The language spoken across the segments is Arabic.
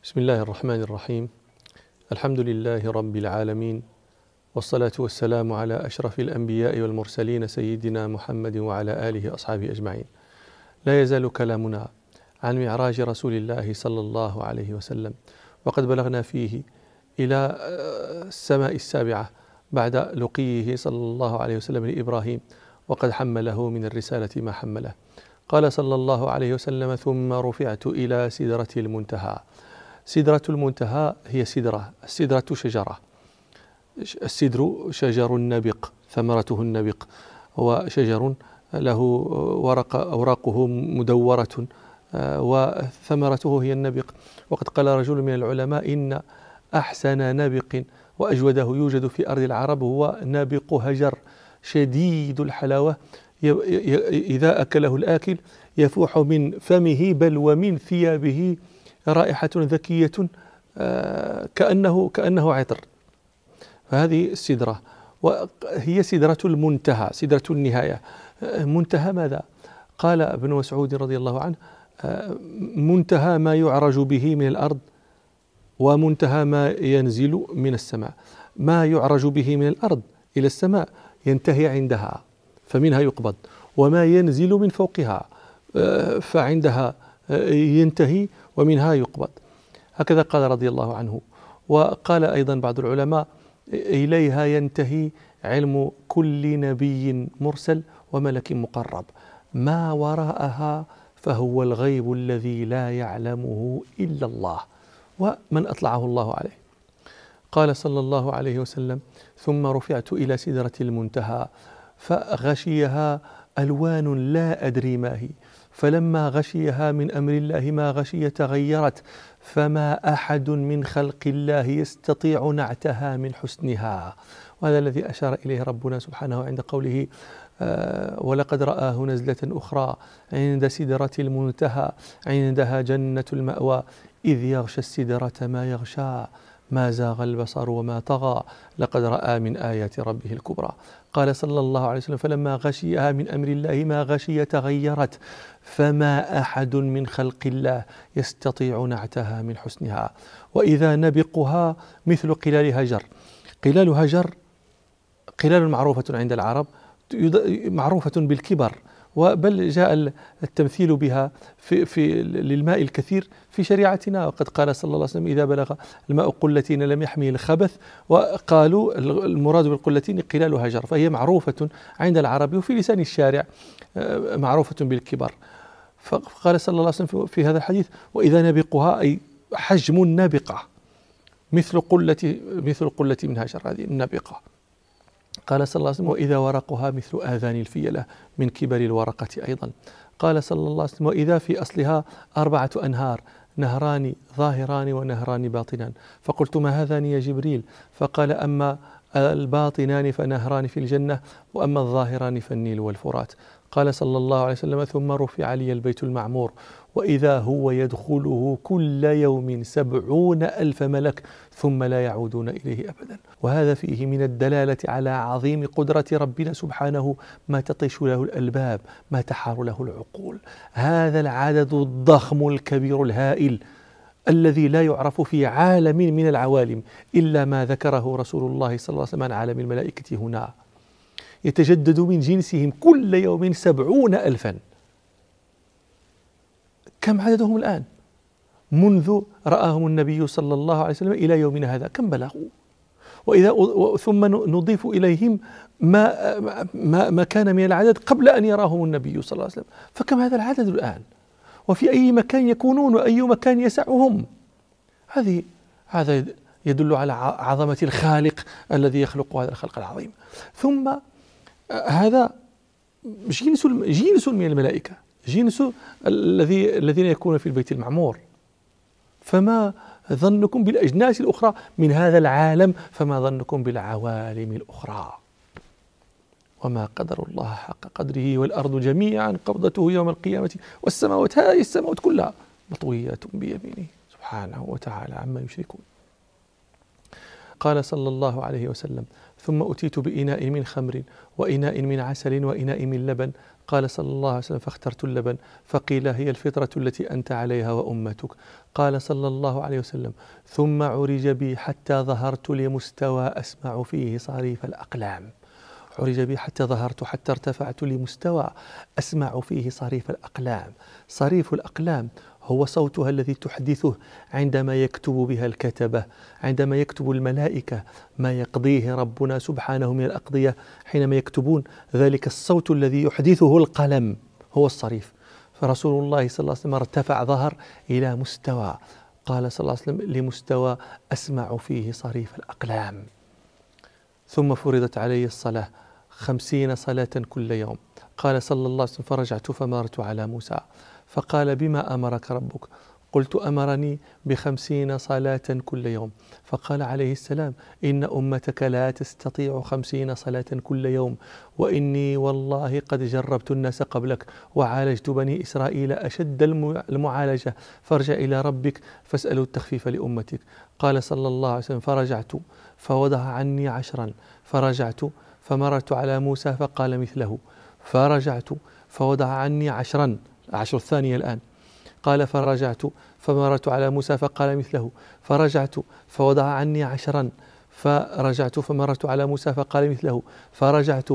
بسم الله الرحمن الرحيم. الحمد لله رب العالمين، والصلاة والسلام على أشرف الأنبياء والمرسلين سيدنا محمد وعلى آله وأصحابه أجمعين. لا يزال كلامنا عن معراج رسول الله صلى الله عليه وسلم، وقد بلغنا فيه إلى السماء السابعة بعد لقيه صلى الله عليه وسلم لإبراهيم، وقد حمله من الرسالة ما حمله. قال صلى الله عليه وسلم: ثم رفعت إلى سدرة المنتهى. سدرة المنتهى هي سدرة، السدرة شجرة، السدر شجر النبق، ثمرته النبق، هو شجر له أوراقه مدورة وثمرته هي النبق. وقد قال رجل من العلماء: إن أحسن نبق وأجوده يوجد في أرض العرب هو نابق هجر شديد الحلاوة، إذا أكله الآكل يفوح من فمه بل ومن ثيابه رائحة ذكية كأنه عطر. فهذه السدرة، وهي سدرة المنتهى، سدرة النهاية. منتهى ماذا؟ قال ابن مسعود رضي الله عنه: منتهى ما يعرج به من الأرض، ومنتهى ما ينزل من السماء. ما يعرج به من الأرض إلى السماء ينتهي عندها فمنها يقبض، وما ينزل من فوقها فعندها ينتهي ومنها يقبض. هكذا قال رضي الله عنه. وقال أيضا بعض العلماء: إليها ينتهي علم كل نبي مرسل وملك مقرب، ما وراءها فهو الغيب الذي لا يعلمه إلا الله ومن أطلعه الله عليه. قال صلى الله عليه وسلم: ثم رفعت إلى سدرة المنتهى فغشيها ألوان لا أدري ما هي، فلما غشيها من أمر الله ما غشي تغيرت، فما أحد من خلق الله يستطيع نعتها من حسنها. وهذا الذي أشار إليه ربنا سبحانه عند قوله: ولقد رآه نزلة أخرى عند سدرة المنتهى عندها جنة المأوى إذ يغشى السدرة ما يغشى ما زاغ البصر وما طغى لقد رأى من آيات ربه الكبرى. قال صلى الله عليه وسلم: فلما غشيها من أمر الله ما غشي تغيرت، فما أحد من خلق الله يستطيع نعتها من حسنها. وإذا نبقها مثل قلال هجر. قلال هجر قلال معروفة عند العرب، معروفة بالكبر، بل جاء التمثيل بها في للماء الكثير في شريعتنا. وقد قال صلى الله عليه وسلم: إذا بلغ الماء قلتين لم يحمل الخبث. وقالوا المراد بالقلتين قلال هجر، فهي معروفة عند العرب وفي لسان الشارع معروفة بالكبر. فقال صلى الله عليه وسلم في هذا الحديث: وإذا نبقها أي حجم النابقة مثل قلة من هجر، هذه النابقة. قال صلى الله عليه وسلم: وإذا ورقها مثل آذان الفيلة من كبر الورقة أيضا. قال صلى الله عليه وسلم: وإذا في أصلها 4 أنهار، نهران ظاهران ونهران باطنان. فقلت: ما هذان يا جبريل؟ فقال: أما الباطنان فنهران في الجنة، وأما الظاهران فالنيل والفرات. قال صلى الله عليه وسلم: ثم رفع لي البيت المعمور، وإذا هو يدخله كل يوم 70,000 ملك ثم لا يعودون إليه أبدا. وهذا فيه من الدلالة على عظيم قدرة ربنا سبحانه، ما تطيش له الألباب، ما تحار له العقول. هذا العدد الضخم الكبير الهائل الذي لا يعرف في عالم من العوالم إلا ما ذكره رسول الله صلى الله عليه وسلم عن عالم الملائكة هنا، يتجدد من جنسهم كل يوم 70,000. كم عددهم الآن منذ رآهم النبي صلى الله عليه وسلم إلى يومنا هذا؟ كم بلغوا؟ ثم نضيف إليهم ما كان من العدد قبل أن يراهم النبي صلى الله عليه وسلم، فكم هذا العدد الآن؟ وفي أي مكان يكونون وأي مكان يسعهم؟ هذا يدل على عظمة الخالق الذي يخلق هذا الخلق العظيم. ثم هذا جنس من الملائكة، جنس الذين يكونون في البيت المعمور. فما ظنكم بالأجناس الأخرى من هذا العالم؟ فما ظنكم بالعوالم الأخرى؟ وما قدر الله حق قدره والأرض جميعا قبضته يوم القيامة والسماوات، هذه السماوات كلها مطويات بيمينه سبحانه وتعالى عما يشركون. قال صلى الله عليه وسلم: ثم أتيت بإناء من خمر وإناء من عسل وإناء من لبن، قال صلى الله عليه وسلم: فاخترت اللبن، فقيل: هي الفطرة التي أنت عليها وأمتك. قال صلى الله عليه وسلم: ثم عرج بي حتى ظهرت لمستوى أسمع فيه صريف الأقلام. عرج بي حتى ظهرت، حتى ارتفعت لمستوى أسمع فيه صريف الأقلام. صريف الأقلام هو صوتها الذي تحدثه عندما يكتب بها الكتبة، عندما يكتب الملائكة ما يقضيه ربنا سبحانه من الأقضية، حينما يكتبون ذلك الصوت الذي يحدثه القلم هو الصريف. فرسول الله صلى الله عليه وسلم ارتفع، ظهر إلى مستوى، قال صلى الله عليه وسلم: لمستوى أسمع فيه صريف الأقلام. ثم فرضت علي الصلاة 50 صلاة كل يوم. قال صلى الله عليه وسلم: فرجعت فمرت على موسى فقال: بما أمرك ربك؟ قلت: أمرني ب50 صلاة كل يوم. فقال عليه السلام: إن أمتك لا تستطيع 50 صلاة كل يوم، وإني والله قد جربت الناس قبلك وعالجت بني إسرائيل أشد المعالجة، فارجع إلى ربك فاسأله التخفيف لأمتك. قال صلى الله عليه وسلم: فرجعت فوضع عني 10، فرجعت فمررت على موسى فقال مثله، فرجعت فوضع عني 10، 10 الثانية الآن. قال: فرجعت فمررت على موسى فقال مثله، فرجعت فوضع عني 10، فرجعت فمررت على موسى فقال مثله، فرجعت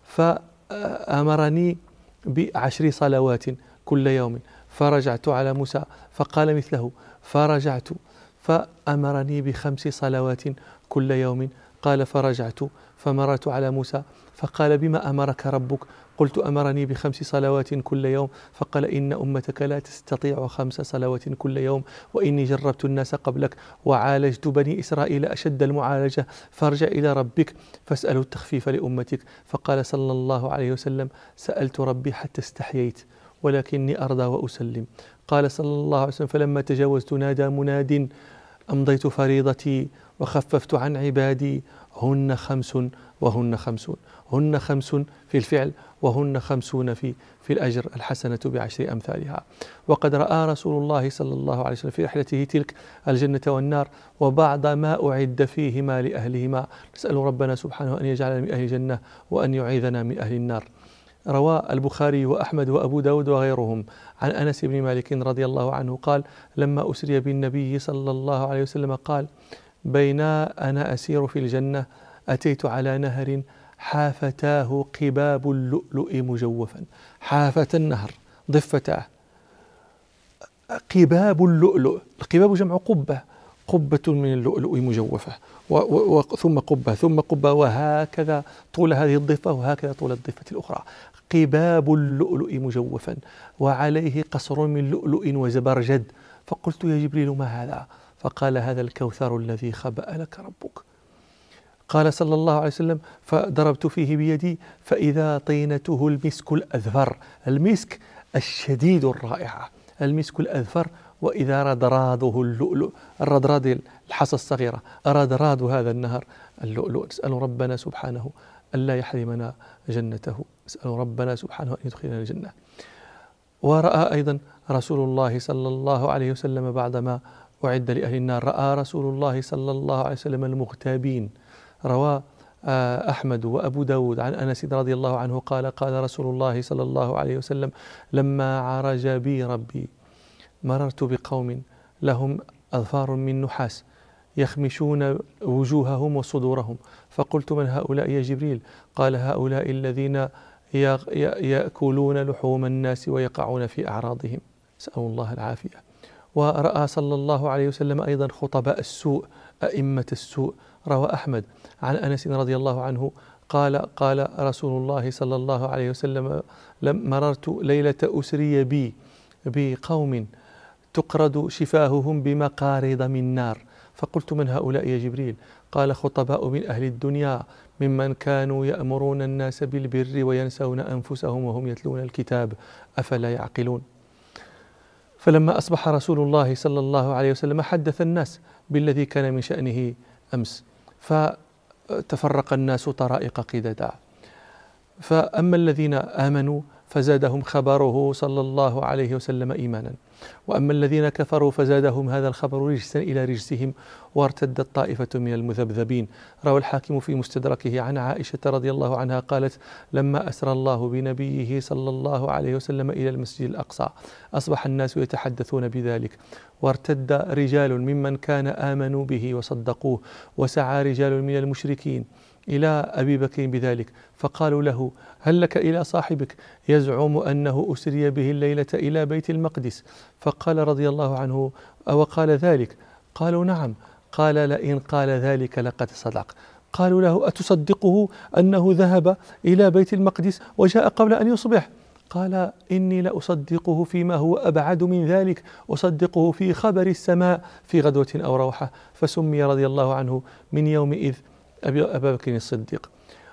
فأمرني ب10 صلوات كل يوم، فرجعت على موسى فقال مثله، فرجعت فأمرني ب5 صلوات كل يوم. قال: فرجعت فمررت على موسى فقال: بما أمرك ربك؟ قلت: أمرني ب5 صلوات كل يوم. فقال: إن أمتك لا تستطيع 5 صلوات كل يوم، وإني جربت الناس قبلك وعالجت بني إسرائيل أشد المعالجة، فارجع إلى ربك فاسأله التخفيف لأمتك. فقال صلى الله عليه وسلم: سألت ربي حتى استحييت، ولكني أرضى وأسلم. قال صلى الله عليه وسلم: فلما تجاوزت نادى مناد: أمضيت فريضتي وخففت عن عبادي، هن 5 وهن 50. هن 5 في الفعل، وهن 50 في الأجر، الحسنة ب10 أمثالها. وقد رأى رسول الله صلى الله عليه وسلم في رحلته تلك الجنة والنار وبعض ما أعد فيهما لأهلهما. نسأل ربنا سبحانه أن يجعلنا من أهل الجنة وأن يعيذنا من أهل النار. روى البخاري وأحمد وأبو داود وغيرهم عن أنس بن مالك رضي الله عنه قال: لما أسري بالنبي صلى الله عليه وسلم قال: بين أنا أسير في الجنة أتيت على نهر حافتاه قباب اللؤلؤ مجوفا. حافة النهر، ضفتاه قباب اللؤلؤ. القباب جمع قبة، قبة من اللؤلؤ مجوفة، ثم قبة ثم قبة، وهكذا طول هذه الضفة وهكذا طول الضفة الأخرى. قباب اللؤلؤ مجوفا وعليه قصر من لؤلؤ وزبرجد. فقلت: يا جبريل ما هذا؟ فقال: هذا الكوثر الذي خبأ لك ربك. قال صلى الله عليه وسلم: فضربت فيه بيدي فإذا طينته المسك الأذفر، المسك الشديد الرائحة، المسك الأذفر، وإذا رضراده اللؤلؤ، الرضراد الحصى الصغيرة، رضراد هذا النهر اللؤلؤ. نسأل ربنا سبحانه ألا يحرمنا جنته، نسأل ربنا سبحانه أن يدخلنا الجنة. ورأى أيضا رسول الله صلى الله عليه وسلم بعدما أعد لأهل النار، رأى رسول الله صلى الله عليه وسلم المغتابين. روى أحمد وأبو داود عن أنس رضي الله عنه قال: قال رسول الله صلى الله عليه وسلم: لما عرج بي ربي مررت بقوم لهم أظفار من نحاس يخمشون وجوههم وصدورهم، فقلت: من هؤلاء يا جبريل؟ قال: هؤلاء الذين يأكلون لحوم الناس ويقعون في أعراضهم، نسأل الله العافية. ورأى صلى الله عليه وسلم أيضا خطباء السوء، أئمة السوء. روى أحمد عن أنس رضي الله عنه قال رسول الله صلى الله عليه وسلم: مررت ليلة أسري بي بقوم تقرض شفاههم بمقارض من نار، فقلت: من هؤلاء يا جبريل؟ قال: خطباء من أهل الدنيا ممن كانوا يأمرون الناس بالبر وينسون أنفسهم وهم يتلون الكتاب أفلا يعقلون. فلما أصبح رسول الله صلى الله عليه وسلم حدث الناس بالذي كان من شأنه أمس، فتفرق الناس طرائق قددا. فأما الذين آمنوا فزادهم خبره صلى الله عليه وسلم إيمانا. وأما الذين كفروا فزادهم هذا الخبر رجسا إلى رجسهم وارتدت طائفة من المذبذبين. روى الحاكم في مستدركه عن عائشة رضي الله عنها قالت: لما أسرى الله بنبيه صلى الله عليه وسلم إلى المسجد الأقصى أصبح الناس يتحدثون بذلك، وارتد رجال ممن كان آمنوا به وصدقوه، وسعى رجال من المشركين إلى أبي بكر بذلك، فقالوا له: هل لك إلى صاحبك يزعم أنه أسري به الليلة إلى بيت المقدس؟ فقال رضي الله عنه: أو قال ذلك؟ قالوا: نعم. قال: لئن قال ذلك لقد صدق. قالوا له: أتصدقه أنه ذهب إلى بيت المقدس وجاء قبل أن يصبح؟ قال: إني لأصدقه فيما هو أبعد من ذلك، أصدقه في خبر السماء في غدوة أو روحة. فسمي رضي الله عنه من يومئذ أبا بكر الصديق.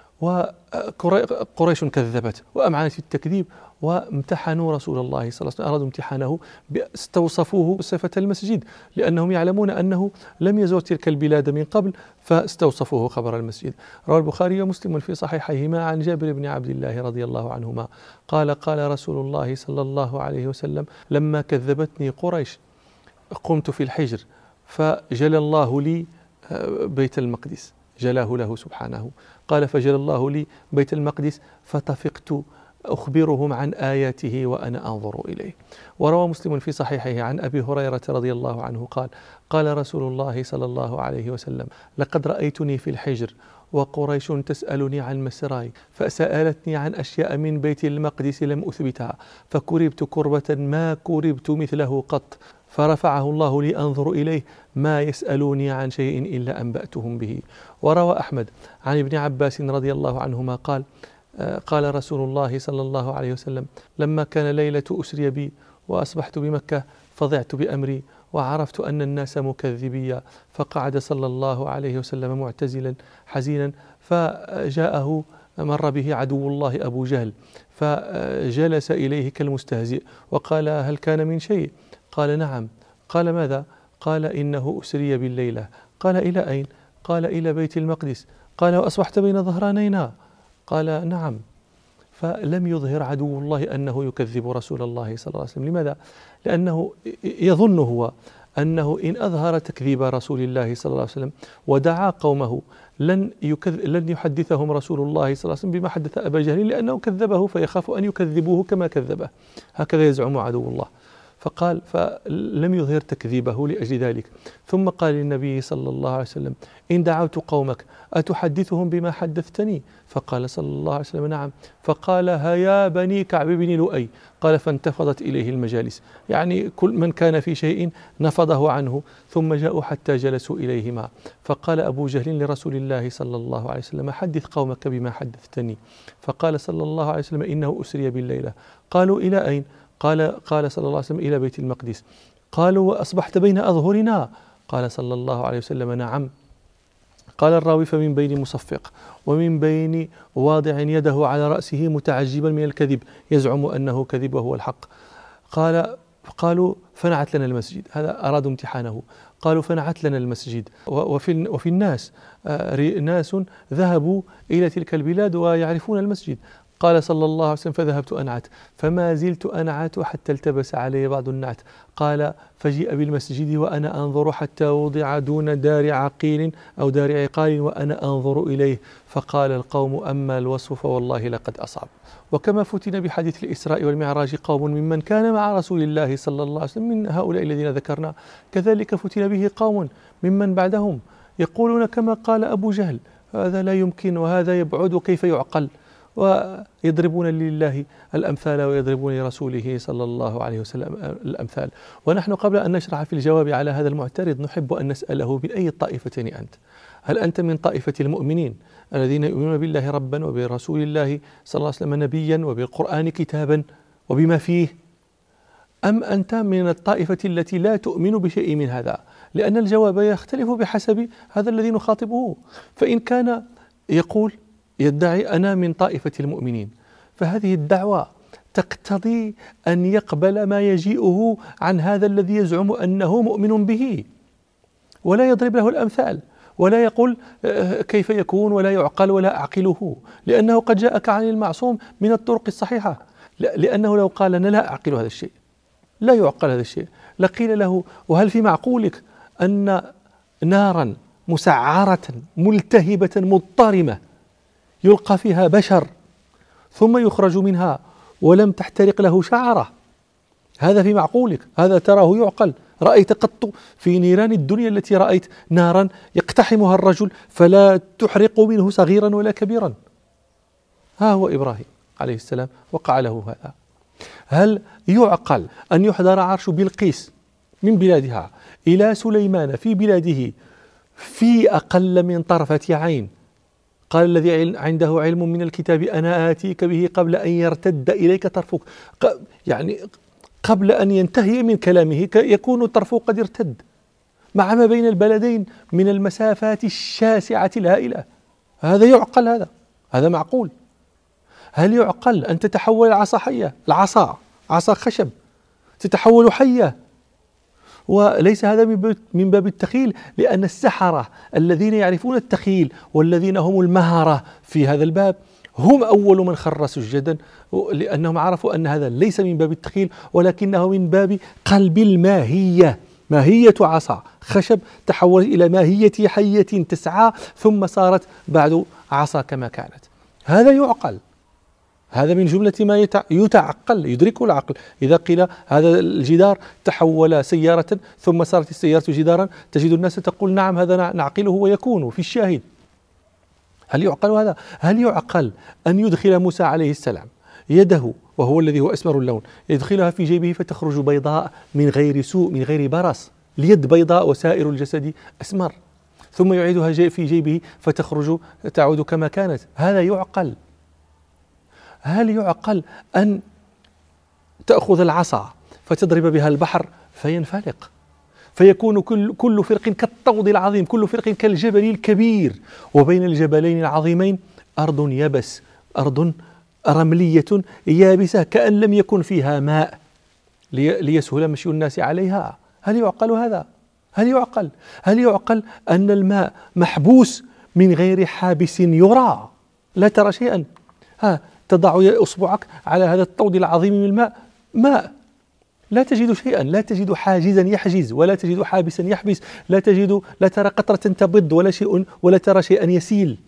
وقريش كذبت وأمعنت في التكذيب وامتحنوا رسول الله صلى الله عليه وسلم، أرادوا امتحانه، استوصفوه صفة المسجد لأنهم يعلمون أنه لم يزور تلك البلاد من قبل، فاستوصفوه خبر المسجد. روى البخاري ومسلم في صحيحيهما عن جابر بن عبد الله رضي الله عنهما قال: قال رسول الله صلى الله عليه وسلم: لما كذبتني قريش قمت في الحجر فجلى الله لي بيت المقدس، جلاه له سبحانه. قال: فجل الله لي بيت المقدس فطفقت أخبرهم عن آياته وأنا أنظر إليه. وروى مسلم في صحيحه عن أبي هريرة رضي الله عنه قال: قال رسول الله صلى الله عليه وسلم: لقد رأيتني في الحجر وقريش تسألني عن مسراي، فسألتني عن أشياء من بيت المقدس لم أثبتها، فكربت كربة ما كربت مثله قط، فرفعه الله لي أنظر إليه، ما يسألوني عن شيء إلا أنبأتهم به. وروى أحمد عن ابن عباس رضي الله عنهما قال: قال رسول الله صلى الله عليه وسلم: لما كان ليلة أسري بي وأصبحت بمكة فضعت بأمري وعرفت أن الناس مكذبيا، فقعد صلى الله عليه وسلم معتزلا حزينا، فجاءه مر به عدو الله أبو جهل فجلس إليه كالمستهزئ وقال: هل كان من شيء؟ قال: نعم. قال: ماذا؟ قال: إنه أسري بالليلة. قال: إلى أين؟ قال: إلى بيت المقدس. قال: وأصبحت بين ظهرانينا؟ قال: نعم. فلم يظهر عدو الله أنه يكذب رسول الله صلى الله عليه وسلم. لماذا؟ لأنه يظن هو أنه إن أظهر تكذيب رسول الله صلى الله عليه وسلم ودعا قومه لن يحدثهم رسول الله صلى الله عليه وسلم بما حدث أبا جهل، لأنه كذبه فيخاف أن يكذبوه كما كذبه، هكذا يزعم عدو الله. فقال فلم يظهر تكذيبه لأجل ذلك. ثم قال للنبي صلى الله عليه وسلم: إن دعوت قومك أتحدثهم بما حدثتني؟ فقال صلى الله عليه وسلم: نعم. فقال: هيا بني كعب بن لؤي. قال: فانتفضت إليه المجالس، يعني كل من كان في شيء نفضه عنه، ثم جاءوا حتى جلسوا إليهما. فقال أبو جهل لرسول الله صلى الله عليه وسلم: حدث قومك بما حدثتني. فقال صلى الله عليه وسلم: إنه أسري بالليلة. قالوا: إلى أين؟ قال صلى الله عليه وسلم: إلى بيت المقدس. قالوا: وأصبحت بين أظهرنا؟ قال صلى الله عليه وسلم: نعم. قال الراوي: فمن بين مصفق ومن بين واضع يده على رأسه متعجبا من الكذب يزعم أنه كذب وهو الحق. قالوا: فنعت لنا المسجد. هذا أرادوا امتحانه. قالوا: فنعت لنا المسجد. وفي الناس ناس ذهبوا إلى تلك البلاد ويعرفون المسجد. قال صلى الله عليه وسلم: فذهبت أنعت، فما زلت أنعت حتى التبس علي بعض النعت. قال: فجيء بالمسجد وأنا أنظر حتى وضع دون دار عقيل أو دار عقال وأنا أنظر إليه، فقال القوم: أما الوصف فوالله لقد أصاب. وكما فتن بحديث الإسراء والمعراج قوم ممن كان مع رسول الله صلى الله عليه وسلم من هؤلاء الذين ذكرنا، كذلك فتن به قوم ممن بعدهم يقولون كما قال أبو جهل: هذا لا يمكن وهذا يبعد وكيف يعقل، ويضربون لله الأمثال ويضربون لرسوله صلى الله عليه وسلم الأمثال. ونحن قبل أن نشرح في الجواب على هذا المعترض نحب أن نسأله: من أي الطائفتين أنت؟ هل أنت من طائفة المؤمنين الذين يؤمنون بالله ربا وبرسول الله صلى الله عليه وسلم نبيا وبالقرآن كتابا وبما فيه، أم أنت من الطائفة التي لا تؤمن بشيء من هذا؟ لأن الجواب يختلف بحسب هذا الذي نخاطبه. فإن كان يدعي أنا من طائفة المؤمنين، فهذه الدعوة تقتضي أن يقبل ما يجيئه عن هذا الذي يزعم أنه مؤمن به، ولا يضرب له الأمثال، ولا يقول كيف يكون ولا يعقل ولا أعقله، لأنه قد جاءك عن المعصوم من الطرق الصحيحة. لأنه لو قال أنا لا أعقل هذا الشيء، لا يعقل هذا الشيء، لقيل له وهل في معقولك أن نارا مسعرة ملتهبة مضطرمة يلقى فيها بشر ثم يخرج منها ولم تحترق له شعرة؟ هذا في معقولك؟ هذا تراه يعقل؟ رأيت قط في نيران الدنيا التي رأيت نارا يقتحمها الرجل فلا تحرق منه صغيرا ولا كبيرا؟ ها هو إبراهيم عليه السلام وقع له هذا. هل يعقل أن يحضر عرش بلقيس من بلادها إلى سليمان في بلاده في أقل من طرفة عين؟ قال الذي عنده علم من الكتاب أنا آتيك به قبل أن يرتد إليك طرفك، يعني قبل أن ينتهي من كلامه يكون الطرف قد ارتد، مع ما بين البلدين من المسافات الشاسعة الهائلة. هذا يعقل؟ هذا معقول؟ هل يعقل أن تتحول العصا حية، عصا خشب تتحول حية؟ وليس هذا من باب التخيل، لأن السحرة الذين يعرفون التخيل والذين هم المهرة في هذا الباب هم أول من خر سجدا، لأنهم عرفوا أن هذا ليس من باب التخيل ولكنه من باب قلب الماهية. ماهية عصا خشب تحولت إلى ماهية حية تسعى ثم صارت بعد عصا كما كانت. هذا يعقل، هذا من جملة ما يتعقل يدركه العقل. إذا قيل هذا الجدار تحول سيارة ثم صارت السيارة جدارا تجد الناس تقول نعم هذا نعقله ويكون في الشاهد. هل يعقل هذا؟ هل يعقل أن يدخل موسى عليه السلام يده وهو الذي هو أسمر اللون يدخلها في جيبه فتخرج بيضاء من غير سوء من غير برص، اليد بيضاء وسائر الجسد أسمر، ثم يعيدها في جيبه فتخرج تعود كما كانت؟ هذا يعقل؟ هل يعقل أن تأخذ العصا فتضرب بها البحر فينفلق فيكون كل فرق كالطود العظيم، كل فرق كالجبل الكبير، وبين الجبلين العظيمين أرض يبس، أرض رملية يابسة كأن لم يكن فيها ماء ليسهل مشي الناس عليها؟ هل يعقل هذا؟ هل يعقل أن الماء محبوس من غير حابس يرى؟ لا ترى شيئا، تضع أصبعك على هذا الطود العظيم من الماء، ماء، لا تجد شيئا، لا تجد حاجزا يحجز ولا تجد حابسا يحبس، لا ترى قطرة تبض ولا ترى شيئا يسيل.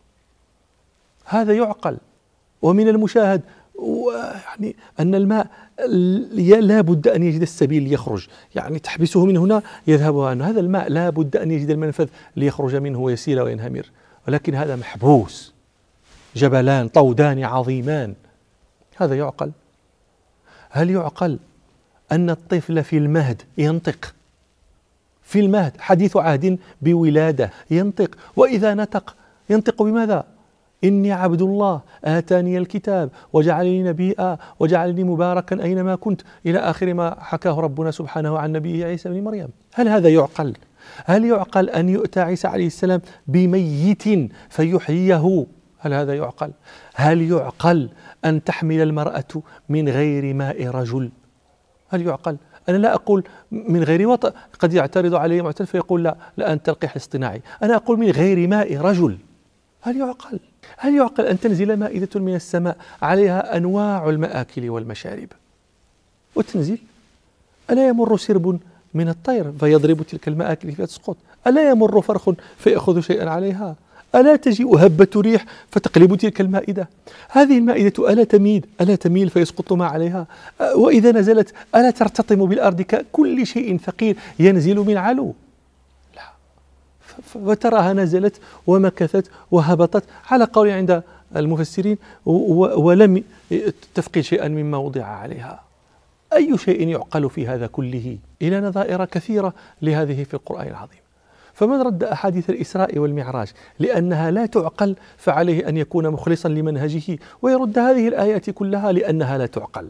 هذا يعقل؟ ومن المشاهد يعني أن الماء لا بد أن يجد السبيل ليخرج، يعني تحبسه من هنا يذهب عنه، هذا الماء لا بد أن يجد المنفذ ليخرج منه ويسيل وينهمر، ولكن هذا محبوس، جبلان طودان عظيمان. هذا يعقل؟ هل يعقل أن الطفل في المهد ينطق؟ في المهد حديث عهد بولادة ينطق، وإذا نطق ينطق بماذا؟ إني عبد الله آتاني الكتاب وجعلني نبيا وجعلني مباركا أينما كنت، إلى آخر ما حكاه ربنا سبحانه عن نبيه عيسى بن مريم. هل هذا يعقل؟ هل يعقل أن يؤتى عيسى عليه السلام بميت فيحييه؟ هل هذا يعقل؟ هل يعقل أن تحمل المرأة من غير ماء رجل؟ هل يعقل؟ أنا لا أقول من غير وطأ، قد يعترض علي معترض فيقول لا أنت تلقيح اصطناعي، أنا أقول من غير ماء رجل. هل يعقل؟ هل يعقل أن تنزل مائدة من السماء عليها أنواع المآكل والمشارب وتنزل؟ ألا يمر سرب من الطير فيضرب تلك المآكل فتسقط؟ ألا يمر فرخ فيأخذ شيئا عليها؟ ألا تجيء هبة ريح فتقلب تلك المائدة؟ هذه المائدة ألا تميل فيسقط ما عليها؟ وإذا نزلت ألا ترتطم بالأرض ككل شيء ثقيل ينزل من علو؟ لا، فتراها نزلت ومكثت وهبطت على قول عند المفسرين ولم تفقد شيئا مما وضع عليها. أي شيء يعقل في هذا كله؟ إلى نظائر كثيرة لهذه في القرآن العظيم. فمن رد أحاديث الإسراء والمعراج لأنها لا تعقل فعليه أن يكون مخلصا لمنهجه ويرد هذه الآيات كلها لأنها لا تعقل.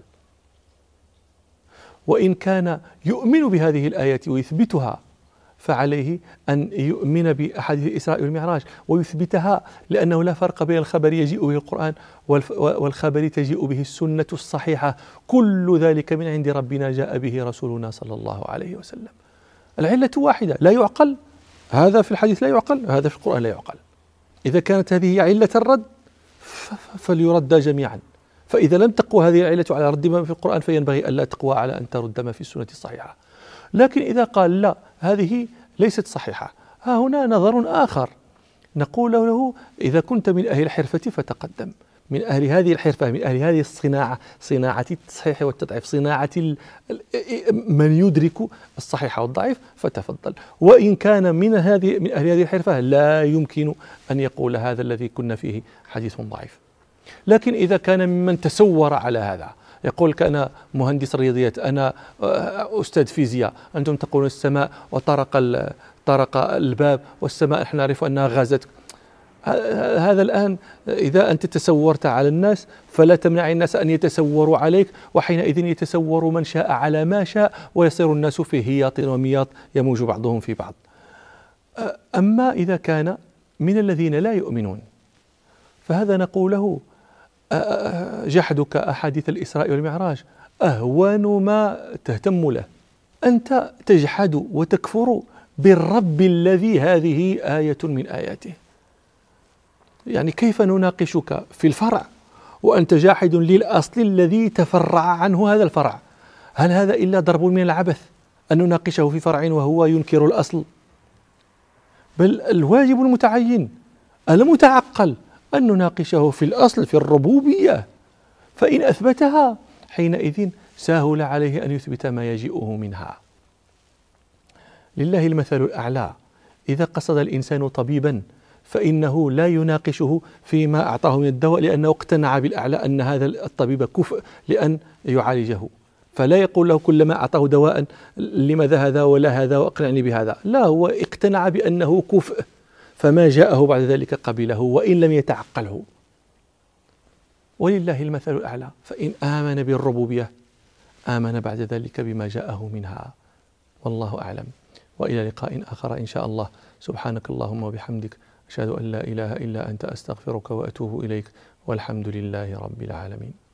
وإن كان يؤمن بهذه الآيات ويثبتها فعليه أن يؤمن بأحاديث الإسراء والمعراج ويثبتها، لأنه لا فرق بين الخبر يجيء به القرآن والخبر تجيء به السنة الصحيحة، كل ذلك من عند ربنا جاء به رسولنا صلى الله عليه وسلم. العلة واحدة، لا يعقل، هذا في الحديث لا يعقل، هذا في القرآن لا يعقل. إذا كانت هذه علة الرد فليرد جميعا، فإذا لم تقوى هذه العلة على رد ما في القرآن فينبغي ألا تقوى على أن ترد ما في السنة الصحيحة. لكن إذا قال لا هذه ليست صحيحة، ها هنا نظر آخر نقول له إذا كنت من أهل الحرفة فتقدم، من أهل هذه الحرفة، من أهل هذه الصناعة، صناعة التصحيح والتضعيف، صناعة من يدرك الصحيح والضعيف، فتفضل. وإن كان من أهل هذه الحرفة لا يمكن أن يقول هذا الذي كنا فيه حديث ضعيف. لكن إذا كان ممن تسور على هذا، يقول لك أنا مهندس رياضيات، أنا أستاذ فيزياء، أنتم تقولون السماء طرق الباب والسماء نحن نعرف أنها غازت. هذا الآن إذا أنت تسورت على الناس فلا تمنع الناس أن يتسوروا عليك، وحينئذ يتسور من شاء على ما شاء، ويصير الناس في هياط ومياط يموج بعضهم في بعض. أما إذا كان من الذين لا يؤمنون فهذا نقول له جحدك أحاديث الإسراء والمعراج أهون ما تهتم له. أنت تجحد وتكفر بالرب الذي هذه آية من آياته، يعني كيف نناقشك في الفرع وأنت جاحد للأصل الذي تفرع عنه هذا الفرع؟ هل هذا إلا ضرب من العبث أن نناقشه في فرع وهو ينكر الأصل؟ بل الواجب المتعين المتعقل أن نناقشه في الأصل في الربوبية، فإن أثبتها حينئذ سهل عليه أن يثبت ما يجيئه منها. لله المثل الأعلى، إذا قصد الإنسان طبيبا فإنه لا يناقشه فيما أعطاه من الدواء، لأنه اقتنع بالأعلى أن هذا الطبيب كفء لأن يعالجه، فلا يقول له كلما أعطاه دواء لماذا هذا ولا هذا وأقنعني بهذا، لا، هو اقتنع بأنه كفء، فما جاءه بعد ذلك قبله وإن لم يتعقله. ولله المثل الأعلى، فإن آمن بالربوبية آمن بعد ذلك بما جاءه منها. والله أعلم، وإلى لقاء آخر إن شاء الله. سبحانك اللهم وبحمدك، أشهد أن لا إله إلا أنت، أستغفرك وأتوب إليك، والحمد لله رب العالمين.